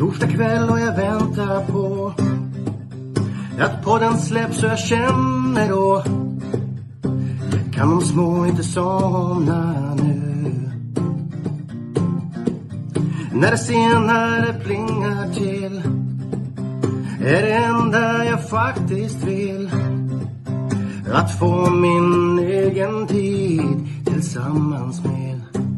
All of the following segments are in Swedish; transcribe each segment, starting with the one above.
Torsdag kväll och jag väntar på att podden släpps och jag känner då kan de små inte somna nu. När det senare plingar till är det enda jag faktiskt vill att få min egen tid tillsammans med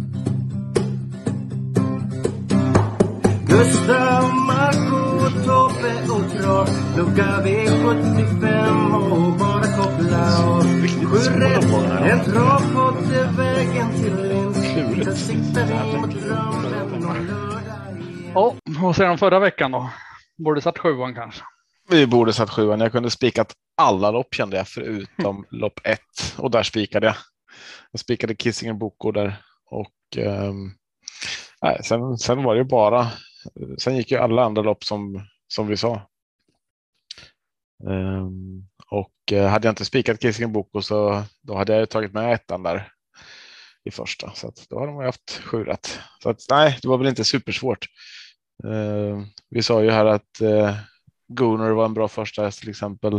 Gustav, Marco, Tobbe och Trav. Lucka V75 och bara koppla av. Sjuret, en travpodd är vägen till vinst. Sen siktar vi mot drömmen och lördag igen. Ja, vad säger de förra veckan då? Borde satt 7:an kanske? Vi borde satt 7:an. Jag kunde spikat alla lopp kände jag förutom lopp 1. Och där spikade jag. Jag spikade Kissingen Boko där. Och sen var det bara... Sen gick ju alla andra lopp som vi sa. Hade jag inte spikat Kissingen Boko så då hade jag tagit med ettan där i första. Så att då hade man haft 7 rätt. Så att nej, det var väl inte supersvårt. Vi sa ju här att Gunnar var en bra första häst till exempel.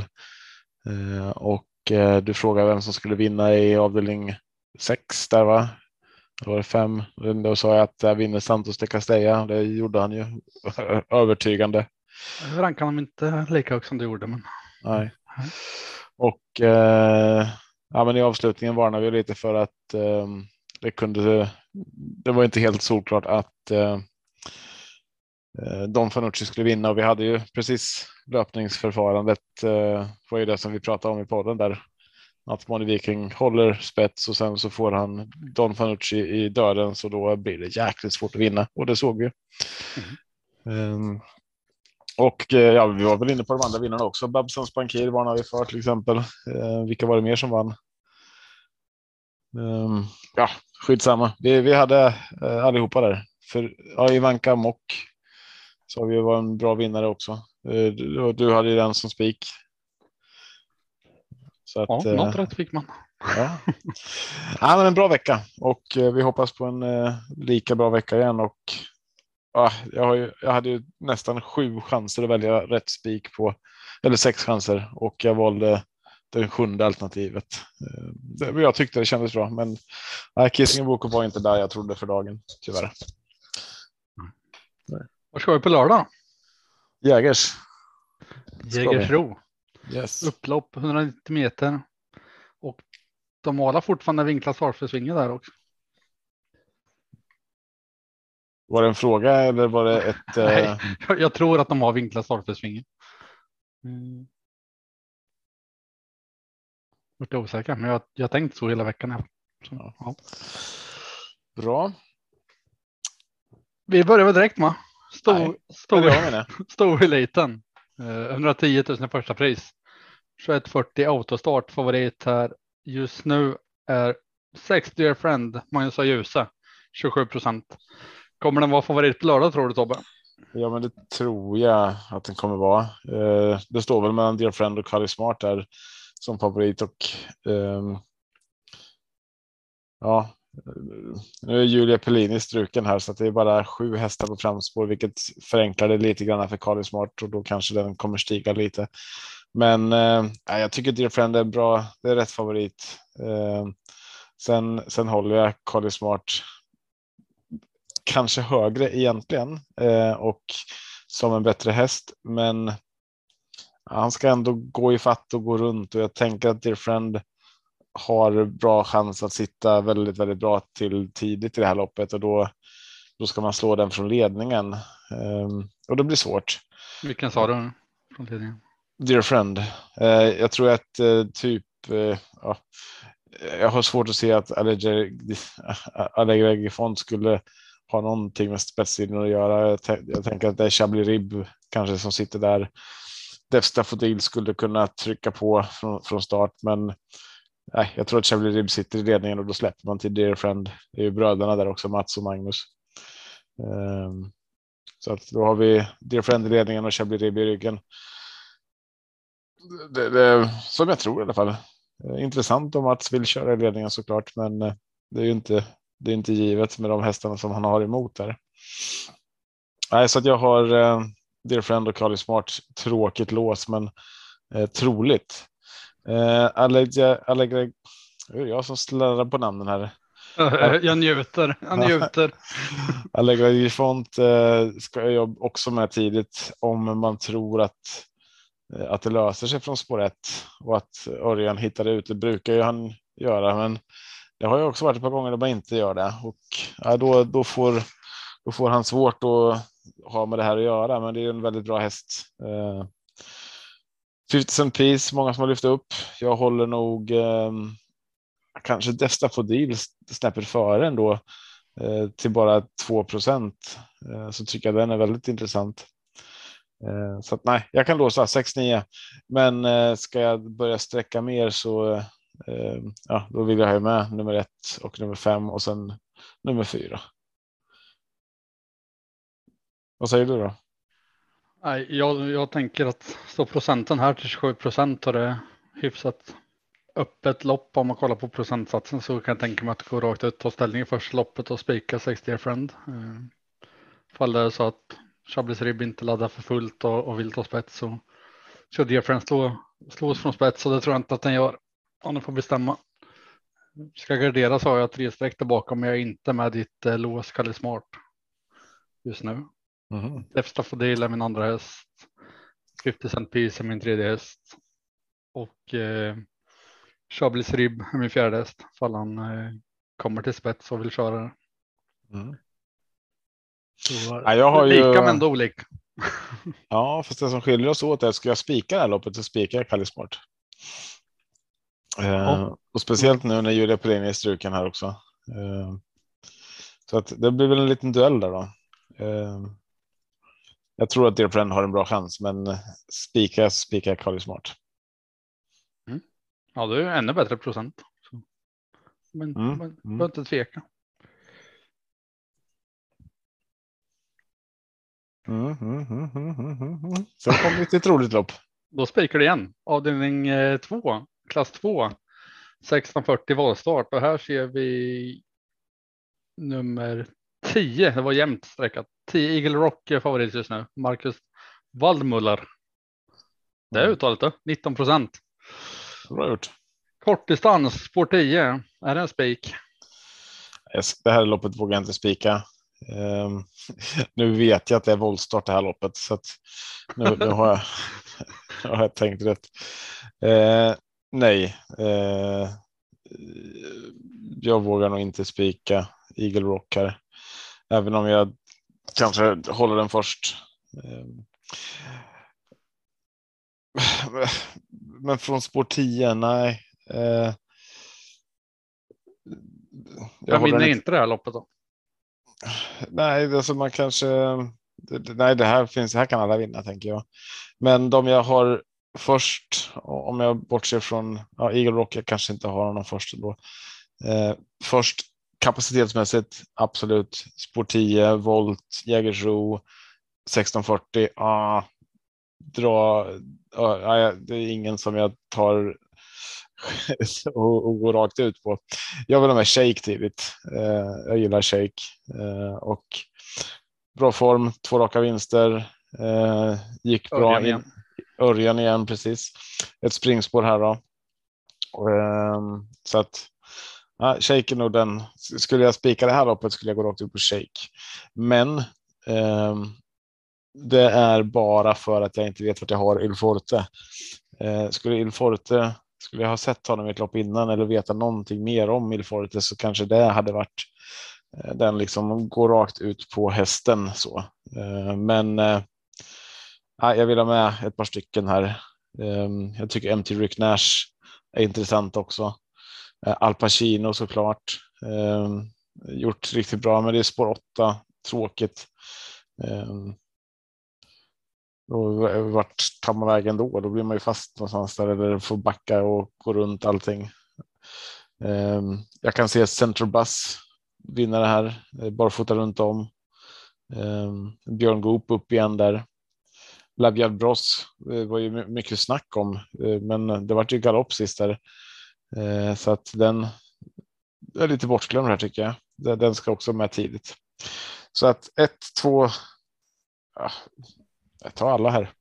Du frågade vem som skulle vinna i avdelning 6 där va? Det var 5. Då sa jag att jag vinner Santos de Castella. Det gjorde han ju övertygande. Jag rankar honom inte lika högt som du gjorde. Men... Nej. Och men i avslutningen varnade vi lite för att det var inte helt solklart att Don Fanucci skulle vinna. Och vi hade ju precis löpningsförfarandet var ju det som vi pratade om i podden där. Att Money Viking håller spets och sen så får han Don Fanucci i döden så då blir det jäkligt svårt att vinna. Och det såg vi. Vi var väl inne på de andra vinnarna också. Babsons Bankir varnade vi för till exempel. Vilka var det mer som vann? Skitsamma. Vi hade allihopa där. För Ivanka Mock så vi var en bra vinnare också. Du hade ju den som spik. Så att, något rätt fick man. Ja, men en bra vecka. Och vi hoppas på en lika bra vecka igen. Och jag hade ju nästan 7 chanser att välja rätt spik på. Eller 6 chanser. Och jag valde det 7:e alternativet. Jag tyckte det kändes bra. Men Kissingen Boko var inte där jag trodde för dagen. Tyvärr. Vad ska vi på lördag? Jägersro. Yes. Upplopp 190 meter. Och de målar fortfarande vinkla svarsförsvingar där också. Var det en fråga eller var det ett... Nej, jag tror att de har vinkla svarsförsvingar. Jag är osäker, men jag har tänkt så hela veckan. Så, ja. Bra. Vi börjar väl direkt med. Stor i liten. 110 000 första pris. 2140 autostart. Favorit här just nu är 6 Dear Friend. Magnus Ljuse. 27%. Kommer den vara favorit på lördag tror du Tobbe? Ja men det tror jag att den kommer vara. Det står väl mellan Dear Friend och Kali Smart där som favorit och nu är Julia Pellini struken här så att det är bara 7 hästar på framspår vilket förenklar det lite grann för Kali Smart och då kanske den kommer stiga lite. Men jag tycker Dear Friend är bra, det är rätt favorit. Sen håller jag Kali Smart kanske högre egentligen och som en bättre häst men han ska ändå gå i fatt och gå runt och jag tänker att Dear Friend har bra chans att sitta väldigt, väldigt bra till tidigt i det här loppet och då ska man slå den från ledningen och det blir svårt. Vilken sa du från ledningen? Dear Friend. Jag tror att jag har svårt att se att Allegra Font skulle ha någonting med spetslinjen att göra. Jag tänker att det är Chablis Rib kanske som sitter där. Defstafodil skulle kunna trycka på från start men jag tror att Chablis Rib sitter i ledningen och då släpper man till Dear Friend. Det är ju bröderna där också, Mats och Magnus. Så att då har vi Dear Friend i ledningen och Chablis Rib i ryggen. Det som jag tror i alla fall. Intressant om Mats vill köra i ledningen såklart men det är ju inte givet med de hästarna som han har emot där. Nej, så att jag har Dear Friend och Carly Smart, tråkigt lås, men troligt. Allegra, jag som slarvar på namnen här. Jag njuter. Allegra Gifont ska jag också med tidigt om man tror att det löser sig från spår 1 och att Örjan hittar ut. Det brukar ju han göra, men det har ju också varit ett par gånger då man inte gör det, och då får han svårt att ha med det här att göra. Men det är en väldigt bra häst. 50 Cent Piece, många som har lyft upp. Jag håller nog kanske Destafodil snäppet före ändå, till bara 2%. Så tycker jag den är väldigt intressant. Så att, nej, jag kan låsa 6-9. Men ska jag börja sträcka mer så då vill jag ha med nummer 1 och nummer 5 och sen nummer 4. Vad säger du då? Nej, jag tänker att så procenten här till 27% och det är hyfsat öppet lopp. Om man kollar på procentsatsen så kan jag tänka mig att gå rakt ut, ta ställning i första loppet och spika 60 Friend. Fall det är så att Chablis Rib inte laddar för fullt och vill ta spets, så Dear Friend slås från spets, och det tror jag inte att den gör om den får bestämma. Ska gardera så har jag 3 streck där bakom, men jag är inte med ditt lås Kalle Smart just nu. Destafodil är min andra häst. 50 Cent Piece är min tredje häst. Och Chablis Rib är min fjärde häst. Fall han kommer till spets och vill köra det. Jag har ju lika men ändå olika. Ja, fast det som skiljer oss åt är att ska jag spika det här loppet så spikar jag Kalle Smart. Och speciellt nu när Julia Pellegrini är struken här också. Så att det blir väl en liten duell där då. Jag tror att Dear Friend har en bra chans, men spika Kalle Smart. Ja, det är ännu bättre procent. Så. Men behöver inte tveka. Sen kommer vi till ett roligt lopp. Då spikar det igen. Avdelning 2, klass 2. 1640 valstart. Och här ser vi nummer 10. Det var jämnt sträckat. 10 Eagle Rock är favorit just nu. Marcus Waldmuller. Det är uttalet då. 19%. Bra gjort. Kortdistans, spår 10. Är det en spik? Det här loppet vågar jag inte spika. Nu vet jag att det är voltstart det här loppet, så att nu har jag tänkt rätt. Nej, jag vågar nog inte spika Eagle Rock här, även om jag kanske håller den först. Men från spår 10, nej. Jag vinner inte det här loppet då. Nej, alltså man kanske. Nej, det här kan alla vinna, tänker jag. Men de jag har först, om jag bortser från Eagle Rock, jag kanske inte har någon först då. Först kapacitetsmässigt, absolut. Spår 10, volt, Jägersro, 1640. Det är ingen som jag tar och går rakt ut på. Jag vill ha med Shake tidigt. Jag gillar Shake och bra form, 2 raka vinster. Gick bra in. Örjan igen, precis. Ett springspår här då. Så att Shake är nog den. Skulle jag spika det här loppet skulle jag gå rakt ut på Shake. Men det är bara för att jag inte vet vart jag har Il Forte. Skulle jag ha sett honom i ett lopp innan eller veta någonting mer om Il Forte, så kanske det hade varit den liksom går rakt ut på hästen så. Men jag vill ha med ett par stycken här. Jag tycker MT Rick Nash är intressant också. Al Pacino såklart. Gjort riktigt bra, men det är spår 8. Tråkigt. Vart tar man vägen då? Då blir man ju fast någonstans där eller får backa och gå runt allting. Jag kan se Central Bus vinna det här. Barfota runt om. Björn Goop upp igen där. Labiad Bros var ju mycket snack om, men det var ju galopp sist där. Så att den är lite bortglömd här tycker jag. Den ska också med tidigt. Så att 1, 2, Ja, jag tar alla här.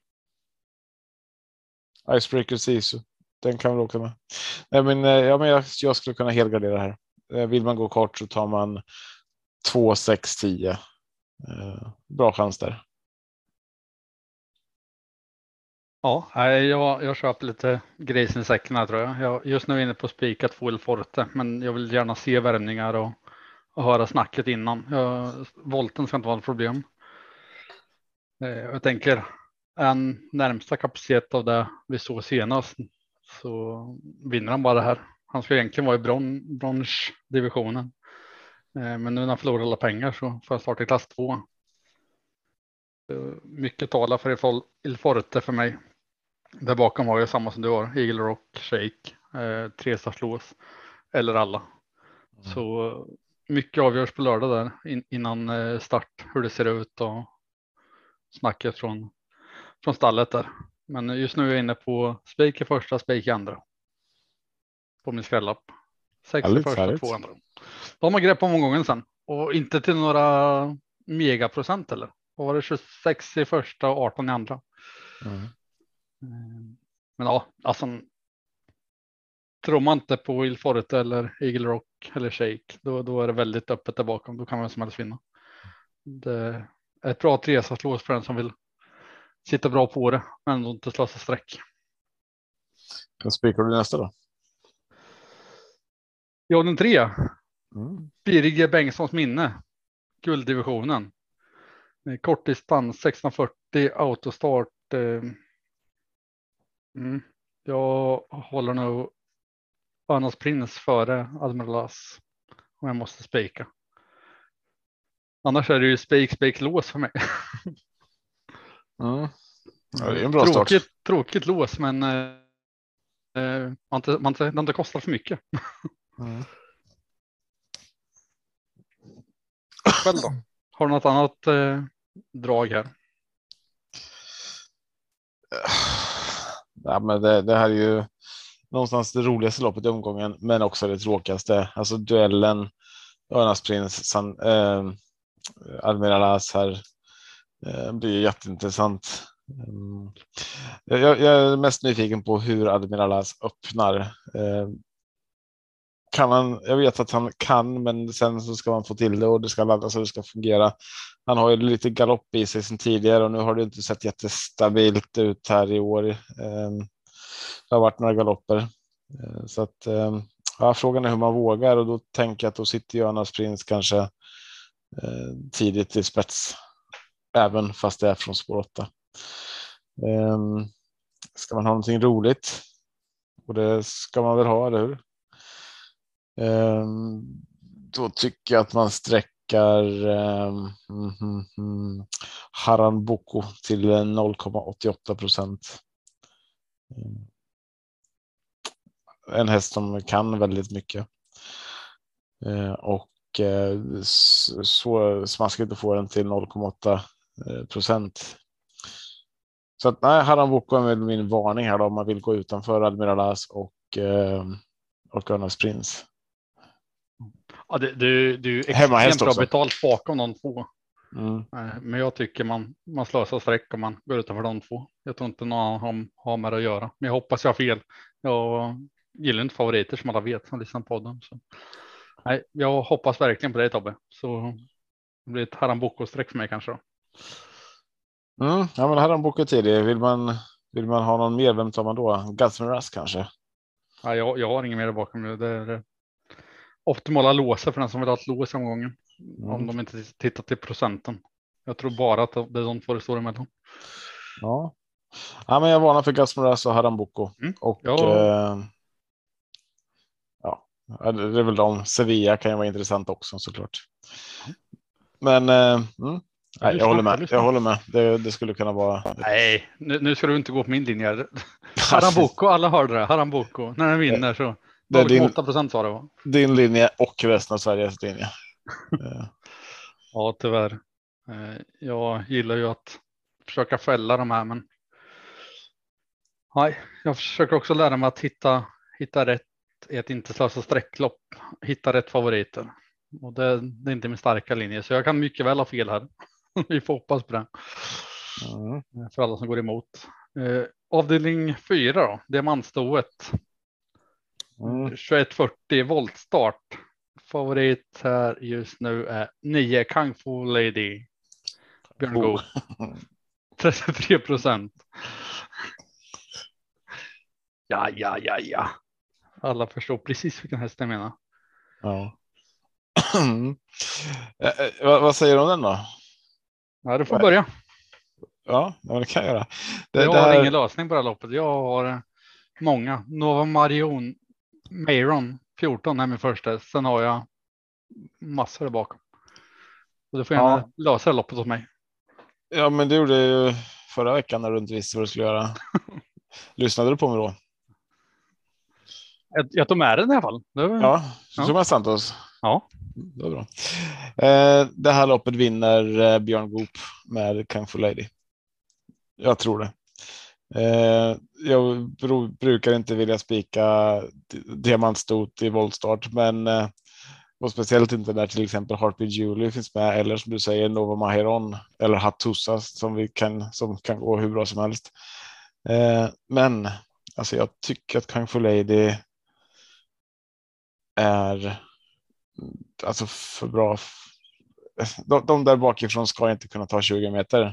Icebreaker Sisu. Den kan väl åka med. Nej, men, jag skulle kunna helgardera här. Vill man gå kort så tar man 2, 6, 10. Bra chans där. Ja, jag köper lite grisen i säcken här, tror jag. Jag just nu inne på spikat full forte, men jag vill gärna se värmningar och höra snacket innan. Volten ska inte vara ett problem. Jag tänker en närmsta kapacitet av det vi såg senast, så vinner han bara det här. Han ska egentligen vara i bronsdivisionen. Men nu när han förlorar alla pengar så får jag starta i klass 2. Mycket talar för Il Forte för mig. Där bakom har jag samma som du har. Eagle Rock, Shake, 3-starslås eller alla. Så mycket avgörs på lördag där innan start, hur det ser ut och snacket från stallet där. Men just nu är jag inne på spik i första, spik i andra. På min skrällapp. 6 i första, 2 andra. De har grepp om omgången sen. Och inte till några megaprocent eller. Vad var det, 26 i första och 18 i andra. Men ja, alltså. Tror man inte på Il Forte eller Eagle Rock eller Shake, då är det väldigt öppet där bakom. Då kan man som helst vinna. Det är ett bra tresaslås för den som vill sitta bra på det, men ändå inte slösa streck. Kan spikar du nästa då? Ja, den 3. Birger Bengtssons minne. Gulddivisionen. Kortdistans 640 autostart. Jag håller nog Önas Prins före Admiral As om jag måste spika. Annars är det ju spik lås för mig. Ja, det är en bra start. Tråkigt lås, men det inte kostar för mycket. Själv då? Har du något annat drag här? Ja, men det här är ju någonstans det roligaste loppet i omgången, men också det tråkigaste. Alltså duellen Önas Prins, Admiral As här blir jätteintressant. Jag är mest nyfiken på hur Admiral As öppnar. Jag vet att han kan, men sen så ska man få till det och det ska laddas och det ska fungera. Han har ju lite galopp i sig sedan tidigare och nu har det inte sett jättestabilt ut här i år. Det har varit några galopper. Så att frågan är hur man vågar, och då tänker jag att då sitter Önas Prins kanske tidigt i spets, även fast det är från spår 8. Ska man ha någonting roligt, och det ska man väl ha, eller hur? Då tycker jag att man sträckar Haran Boko till 0,88%. En häst som kan väldigt mycket. Och så smaskigt att få den till 0,8%. Så att nej, Haran Boko är min varning här då, om man vill gå utanför Admiral As och Önas Prins. Ja, det är ju extremt bra betalt bakom de två. Men jag tycker man slösar streck om man går utanför de två. Jag tror inte någon har med det att göra. Men jag hoppas jag har fel. Jag gillar inte favoriter som alla vet som lyssnar på dem. Så. Nej, jag hoppas verkligen på det, Tobbe. Så det blir ett Haran Boko-streck för mig kanske då. Ja, men Haran Boko tidig. Vill man ha någon mer? Vem tar man då? Gazmeras kanske? Ja, jag har ingen mer bakom nu. Det är optimala låser för den som vill ha ett lås omgången. Om de inte tittar till procenten. Jag tror bara att det är de två det står emellan. Ja, men jag varnar för Gazmeras och Haran Boko. Och det är väl de. Sevilla kan ju vara intressant också såklart. Men nej, jag håller med. Det skulle kunna vara. Nej, nu ska du inte gå på min linje. Haran Boko, alla hörde det. Haran Boko, när den vinner så 0,8% sa det var. Din linje och resten av Sveriges linje. Ja, tyvärr. Jag gillar ju att försöka fälla de här, men nej, jag försöker också lära mig att hitta rätt i ett inte slösa sträcklopp. Hitta rätt favoriter. Och det är inte min starka linje, så jag kan mycket väl ha fel här. Vi får hoppas på det. För alla som går emot. Avdelning 4 då, diamantstoet. 2140 voltstart. Favorit här just nu är 9 Kung Fu Lady. Björn Goop. 33%. Ja. Alla förstår precis vilken häst jag menar. Ja. Vad säger du om den då? Ja, du får börja. Ja, det kan jag göra. Jag har ingen lösning på det här loppet. Jag har många. Nova Mayron 14 är min första. Sen har jag massor där bakom. Och du får gärna lösa loppet hos mig. Ja, men det gjorde jag ju förra veckan när du inte visste vad du skulle göra. Lyssnade du på mig då? Jag tog med den i alla fall. Ja, så tog med Santos. Ja. Det var bra. Det här loppet vinner Björn Goop med Kung Fu Lady. Jag tror det. Jag brukar inte vilja spika diamantstot i voltstart, men och speciellt inte när till exempel Heartbeat Julie finns med, eller som du säger Nova Maheron eller Hattusa som kan gå hur bra som helst. Men alltså jag tycker att Kung Fu Lady är alltså för bra. De där bakifrån ska inte kunna ta 20 meter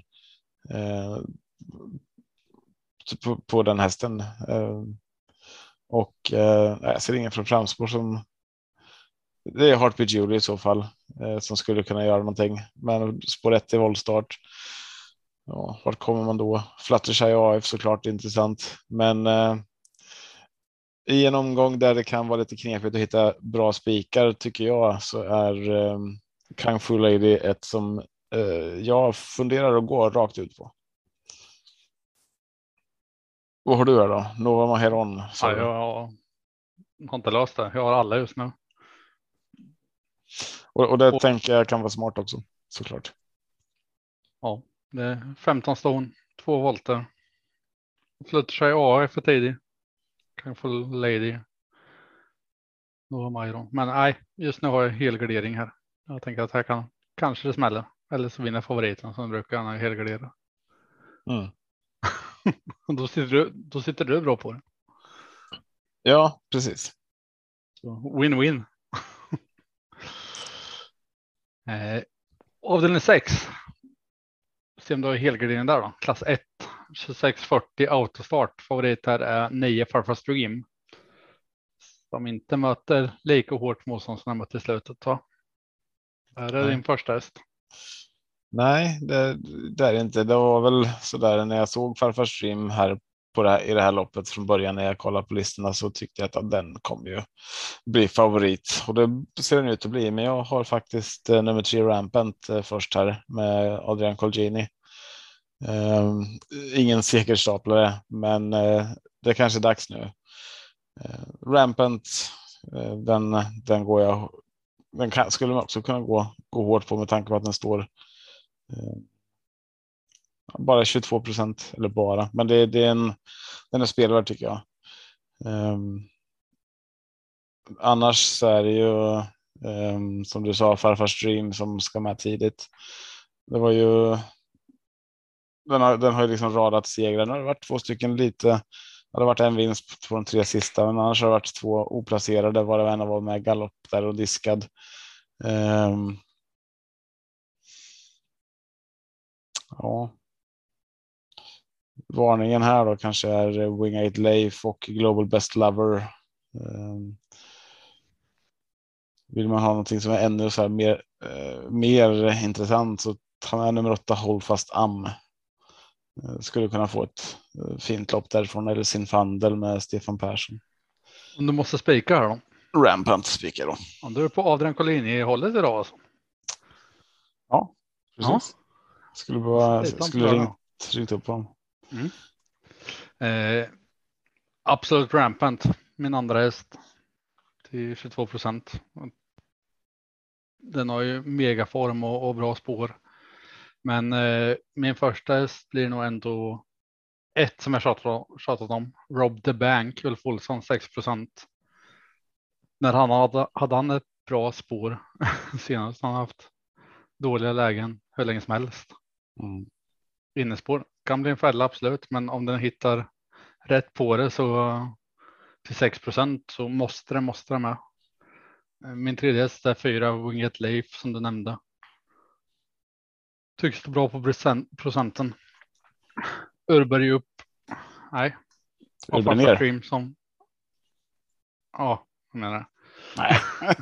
på den hästen. Och jag ser ingen från framspår som det är Heartbeat Julie i så fall som skulle kunna göra någonting. Men spår 1 i voltstart. Ja, vart kommer man då? Fluttershy AF såklart intressant. Men i en omgång där det kan vara lite knepigt att hitta bra spikar tycker jag så är Kung Fu Lady ett som jag funderar att gå rakt ut på. Vad har du här då? Nova Maheron? Ja, jag har inte löst det. Jag har alla just nu. Och det tänker jag kan vara smart också, såklart. Ja, det är 15 ston, 2 volter. Fluttershy AF för tidig. Kung Fu Lady. Nova Maheron. Men nej, just nu har jag helgardering här. Jag tänker att här kanske det smäller. Eller så vinner favoriten som brukar han helgardera. Då sitter du bra på det. Ja, precis. Win-win. Avdelning 6. Se om du har helgardering där då. Klass 1. 2640 autostart. Favorit här är 9 Farfars Dream. Som inte möter lika hårt motstånd som de mötte i slutet. Va? Är det din första häst? Nej, det är inte. Det var väl sådär när jag såg Farfars Dream här i det här loppet från början när jag kollade på listorna så tyckte jag att den kommer ju bli favorit. Och det ser den ut att bli. Men jag har faktiskt nummer 3 Rampant först här med Adrian Colgjini. Ingen segerstaplare, men det är kanske dags nu. Rampant, den går jag. Skulle man också kunna gå hårt på med tanke på att den står bara 22% eller bara. Men den är spelvärd tycker jag. Annars så är det ju som du sa Farfars Dream som ska med tidigt. Det var ju den har ju liksom radat segrar. Nu har det varit 2 stycken lite. Det har varit en vinst på de 3 sista, men annars har det varit 2 oplacerade. Var det en var med galopp där och diskad. Ja. Varningen här då kanske är Wing 8 Leif och Global Best Lover. Vill man ha någonting som är ännu så här mer intressant så tar man nummer 8 Håll fast Am. Skulle kunna få ett fint lopp därifrån eller sin Fandel med Stefan Persson. Om du måste spika här då? Rampant spikar då. Om du är på Adrian Collini hållet idag alltså? Ja, precis. Ja. Skulle ringt upp honom. Absolut Rampant, min andra häst till 22%. Den har ju megaform och bra spår. Men min första häst blir nog ändå ett som jag tjatat om. Rob the Bank, Ulf Olsson 6%. När han hade han ett bra spår senast. Han har haft dåliga lägen. hur länge som helst. Mm. Innespår kan bli en fälla absolut, men om den hittar rätt på det så till 6% så måste den med. Min tredje häst är 4 Winged Leif som du nämnde. Tycks det bra på procenten. Urberg upp. Nej. Urberg ner. Stream som. Ja, jag menar det. Nej.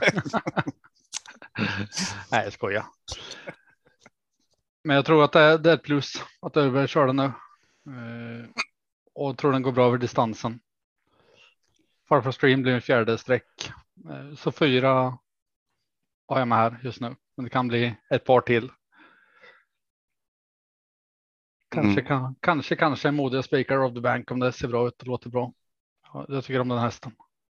Nej, jag skojar. Men jag tror att det är ett plus att Urberg kör den nu. Och tror den går bra över distansen. Farfar Stream blir en fjärde streck. Så 4 har jag med här just nu. Men det kan bli ett par till. Kanske modiga spikar of the bank om det ser bra ut och låter bra. Ja, jag tycker om den hästen.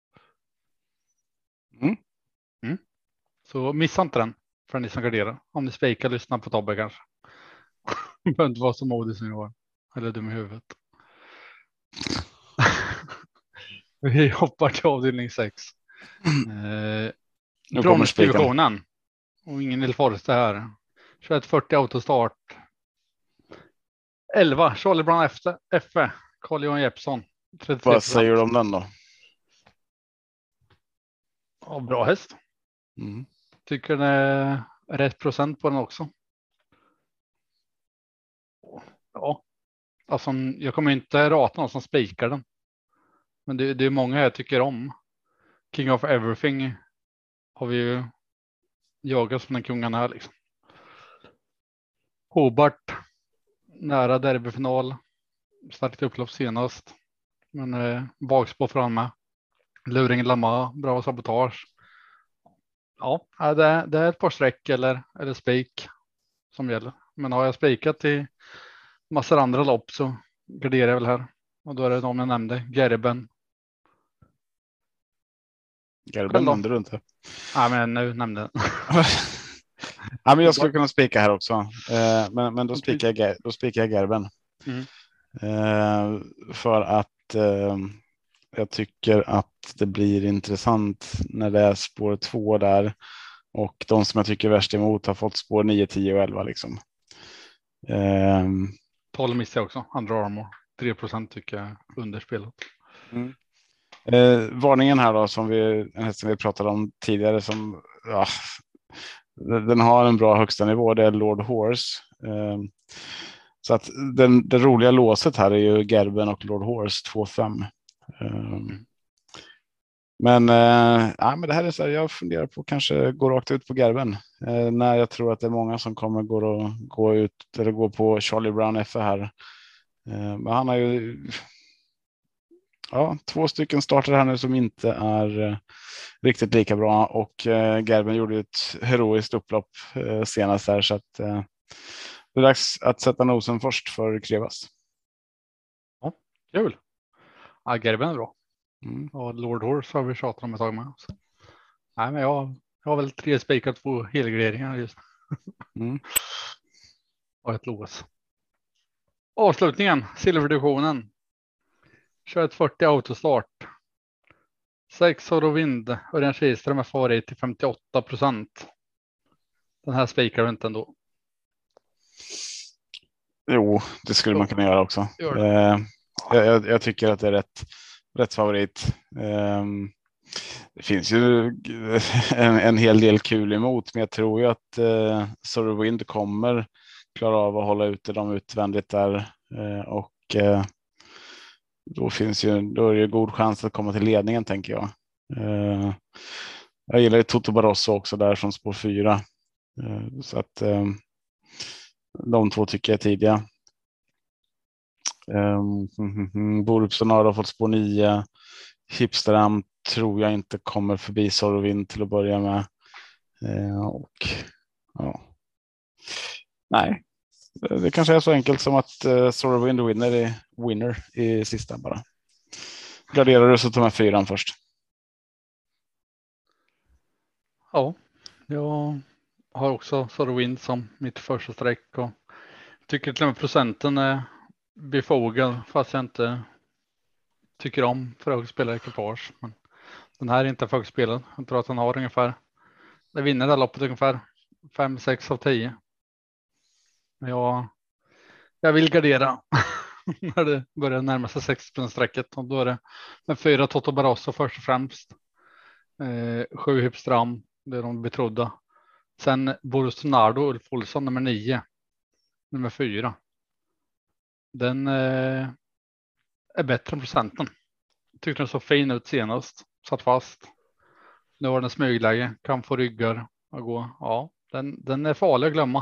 Så missa inte den för ni som garderar. Om ni spikar, lyssna på Tobbe kanske. Behöver inte vara så modig som jag var. Eller dum i huvudet. Vi hoppar till avdelning 6. Bromsdivisionen. Och ingen Ilforste här. 2140 autostart. 11 Charlie Brown F. Carl-Johan Jeppsson. 33%. Vad säger du om den då? Ja, bra häst. Tycker det är rätt procent på den också. Ja. Alltså, jag kommer inte rata någon som spikar den. Men det är många jag tycker om. King of Everything har vi ju jagat som den kungen här liksom. Hobart nära derbyfinal. Starkt upplopp senast. Men bakspår fram med. Luring Lama, bra sabotage. Ja, det är ett par streck eller spik som gäller. Men har jag spikat i massor andra lopp så garderar jag väl här. Och då är det de jag nämnde. Gerben nämnde du inte. Ja, men nu nämnde jag. Ja, men jag skulle kunna spika här också. Men då spikar jag Gerben. För att jag tycker att det blir intressant när det är spår 2 där. Och de som jag tycker värst emot har fått spår 9, 10 och 11 liksom. 12 missar jag också. Andra Armor. 3% tycker jag underspelat. Varningen här då som vi pratade om tidigare som den har en bra högsta nivå, det är Lord Horse. Så att det roliga låset här är ju Gerben och Lord Horse 2-5. Men det här är så här, jag funderar på kanske gå rakt ut på Gerben. När jag tror att det är många som kommer gå ut eller gå på Charlie Brown F här. Men han har ju 2 stycken starter här nu som inte är riktigt lika bra och Gerben gjorde ett heroiskt upplopp senast här så att det är dags att sätta nosen först för Krevas. Ja, kul. Ja, Gerben är bra. Och Lord Horse har vi tjatat om ett tag med. Så. Nej, men jag har väl 3 spikar, 2 helgraderingar just. Och ett lås. Avslutningen, silverdivisionen. 2140 autostart. 6 Orovind. Örjan Kihlström är favorit till 58%. Den här spikar vi inte ändå. Jo, det skulle man kunna göra också. Jag tycker att det är rätt favorit. Det finns ju en hel del kul emot, men jag tror ju att Sorowind kommer klara av att hålla ute dem utvändigt där och då är det ju god chans att komma till ledningen, tänker jag. Jag gillar ju Toto Barroso också där från spår 4. Så att de 2 tycker jag är tidiga. Borupson har fått spår 9. Hipsteram tror jag inte kommer förbi Sorowind till att börja med. Nej. Det kanske är så enkelt som att Sorowind winner i sista bara. Garderar du så tar man 4 först. Ja, jag har också Sorowind som mitt första streck och tycker till och med procenten är befogad fast jag inte tycker om för att spela ekipage. Men den här är inte för att spela. Jag tror att han har ungefär, det vinner det loppet ungefär 5-6 av 10. Jag vill gardera när det börjar närma sig 6%-strecket. Och då är det med 4 Toto Barroso först och främst. 7 Hipstram, det är de betrodda. Sen Boris Nardo och Ulf Olsson nummer 9. Nummer 4. Den är bättre än procenten. Tyckte den så fin ut senast. Satt fast. Nu har den smygläge. Kan få ryggar och gå. Ja, den är farlig att glömma.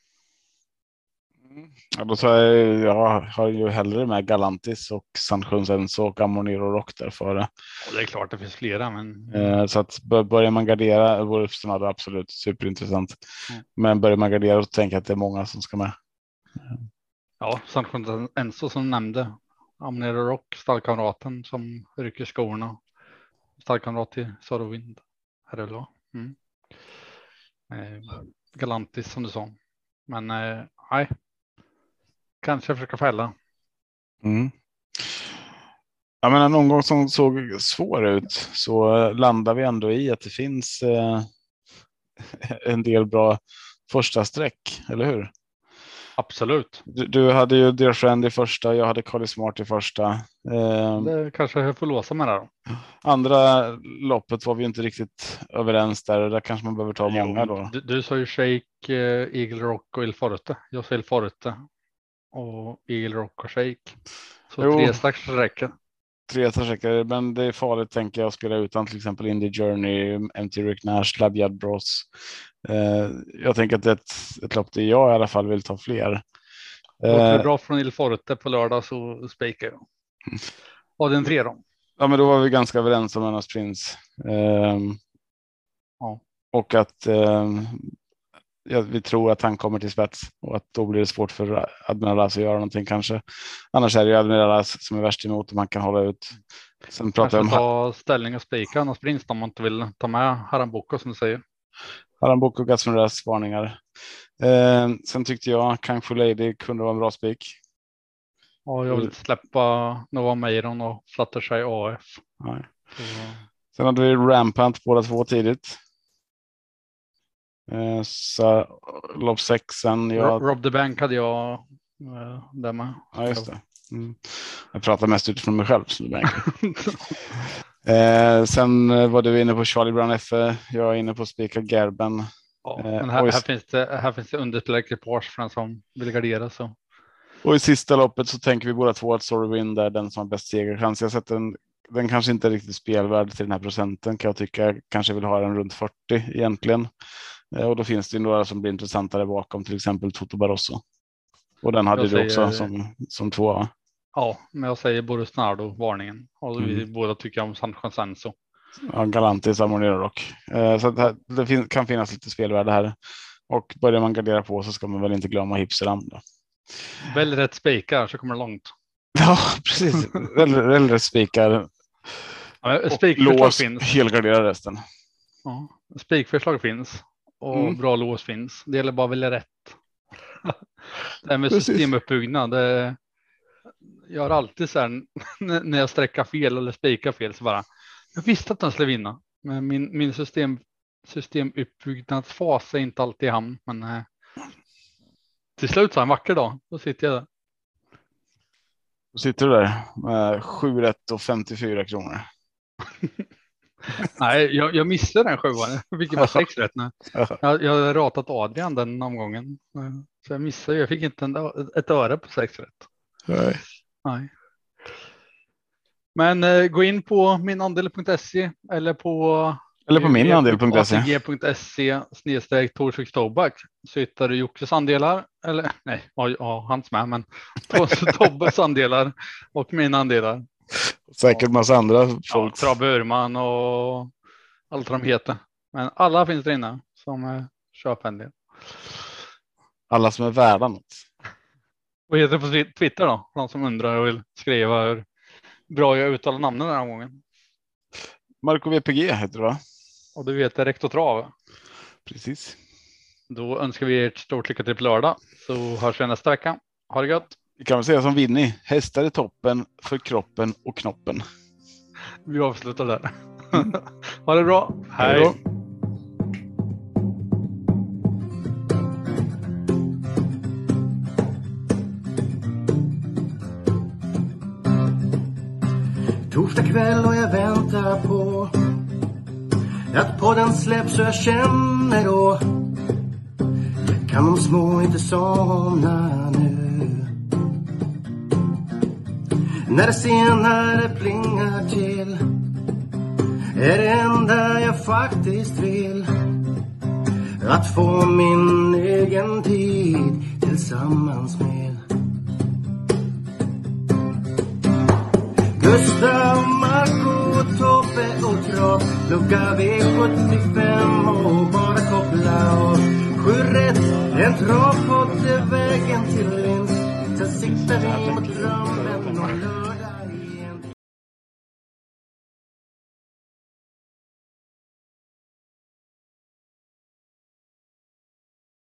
Ja, då jag har ju hellre med Galantis och Sancho och Amoniro Rock där före. Och det är klart det finns flera. Men... Så att börjar man gardera vår är det absolut superintressant. Men börjar man gardera så tänker jag att det är många som ska med. Ja, Sancho Enzo som nämnde. Amoniro Rock, stallkamraten som rycker skorna. Stallkamrat till Sorowind. Här är det Galantis som du sa. Men nej. Kanske försöka fälla. Jag menar någon gång som såg svår ut så landar vi ändå i att det finns en del bra första streck, eller hur? Absolut. Du hade ju Dear Friend i första, jag hade Carly Smart i första. Det kanske jag får låsa med det då. Andra loppet var vi inte riktigt överens där kanske man behöver ta många då. Du sa ju Shake, Eagle Rock och Il Forte. Jag sa Il Forte och Eagle Rock och Shake. Så 3 stackars räcker. 3 räcker, men det är farligt tänker jag att spela utan till exempel Indie Journey, MT Rick Nash, Labiad Bros. Jag tänker att det är ett lopp där jag i alla fall vill ta fler. Det är bra från Il Forte på lördag så spikar jag. Och den 3 då? Ja, men då var vi ganska överens om Önas Prins. Och att vi tror att han kommer till spets och att då blir det svårt för Admiralas att göra någonting kanske. Annars är det ju Admiralas som är värst emot om man kan hålla ut. Sen pratar jag om ta ställning och spika Önas Prins om man inte vill ta med Haramboko som du säger. Haramboko och Admiralas varningar. Sen tyckte jag Kung Fu Lady kunde vara en bra spik. Ja, jag vill släppa Nova Meiron och Fluttershy AF. Nej. Sen hade vi Rampant båda 2 tidigt. Så lopp 6 sen. Rob the Bank hade jag där med. Ja, just det. Jag pratar mest utifrån mig själv. Sen var du inne på Charlie Brown F. Jag är inne på spika Gerben. Ja, men här finns det underspelat ekipage för den som vill gardera så. Och i sista loppet så tänker vi båda 2 att Sorowind är den som har bäst segerchans. Jag sett den kanske inte är riktigt spelvärd till den här procenten kan jag tycka. Jag kanske vill ha den runt 40 egentligen. Och då finns det ju några som blir intressantare bakom, till exempel Toto Barroso. Och den hade du också som 2. Ja, men jag säger Boris Nardo, varningen. Och vi båda tycker om Sancho Enzo. Ja, Galantis, Amoniro Rock. Så det kan finnas lite spelvärde här. Och börjar man gardera på så ska man väl inte glömma Hipsteram då. Väl rätt spikar så kommer det långt. Ja, precis. väl rätt spikar. Ja, spikförslag finns. Helgardera resten. Ja, spikförslag finns. Och bra lås finns. Det gäller bara att välja rätt. Det här med systemuppbyggnad. Jag har alltid så här när jag sträcker fel eller spikar fel så bara. Jag visste att den skulle vinna. Men min systemuppbyggnadsfas är inte alltid i hamn. Men till slut så en vacker dag. Då sitter jag där. Då sitter du där med 7 rätt och 54 kronor. Nej, jag missade den 7:an. Vilket var 6 rätt nu. Jag har ratat Adrian den omgången. Så jag missade. Jag fick inte ett öre på 6 rätt. Nej. Men gå in på minandel.se eller på minandel.se Torsviks Tobak så hittar du Jockes andelar eller nej, hans med men Tobbes andelar och mina andelar. Säkert massa andra folk. Trav Burman och allt de heter. Men alla finns där inne som köper en del. Alla som är värda något. Vad heter det på Twitter då? För de som undrar och vill skriva hur bra jag uttalar namnen den här gången. Marco VPG heter det va? Och du vet Rektor Trav. Precis. Då önskar vi er ett stort lycka till på lördag. Så hörs vi nästa vecka. Ha det gött. Vi kan väl säga som Vinny. Hästar i toppen för kroppen och knoppen. Vi avslutar där. Ha det bra. Hej. torsdag kväll och jag väntar på att podden släpps och jag känner då kan de små inte somna nu. När det senare plingar till är det enda jag faktiskt vill att få min egen tid tillsammans med Gustav, Marco, Tobbe och Trav. Lucka V75 och bara koppla av. 7 rätt, en travpodd är vägen till vinst. Sen siktar vi mot drömmen och